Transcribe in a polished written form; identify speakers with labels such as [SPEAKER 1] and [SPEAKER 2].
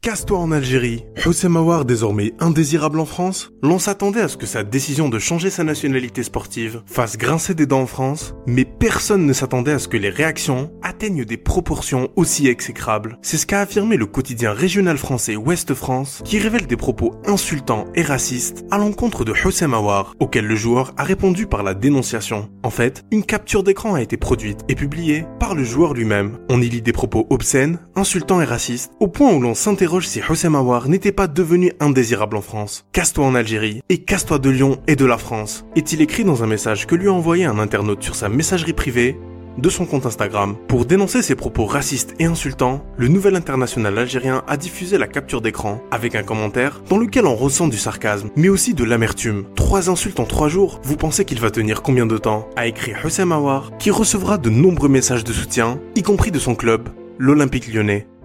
[SPEAKER 1] Casse-toi en Algérie. Houssem Aouar, désormais indésirable en France, l'on s'attendait à ce que sa décision de changer sa nationalité sportive fasse grincer des dents en France, mais personne ne s'attendait à ce que les réactions atteignent des proportions aussi exécrables. C'est ce qu'a affirmé le quotidien régional français Ouest France, qui révèle des propos insultants et racistes à l'encontre de Houssem Aouar, auquel le joueur a répondu par la dénonciation. En fait, une capture d'écran a été produite et publiée par le joueur lui-même. On y lit des propos obscènes, insultants et racistes, au point où l'on s'interroge si Houssem Aouar n'était pas devenu indésirable en France. Casse-toi en Algérie et casse-toi de Lyon et de la France, est-il écrit dans un message que lui a envoyé un internaute sur sa messagerie privée de son compte Instagram. Pour dénoncer ses propos racistes et insultants, le Nouvel International algérien a diffusé la capture d'écran avec un commentaire dans lequel on ressent du sarcasme, mais aussi de l'amertume. 3 insultes en 3 jours, vous pensez qu'il va tenir combien de temps? A écrit Houssem Aouar, qui recevra de nombreux messages de soutien, y compris de son club, l'Olympique Lyonnais.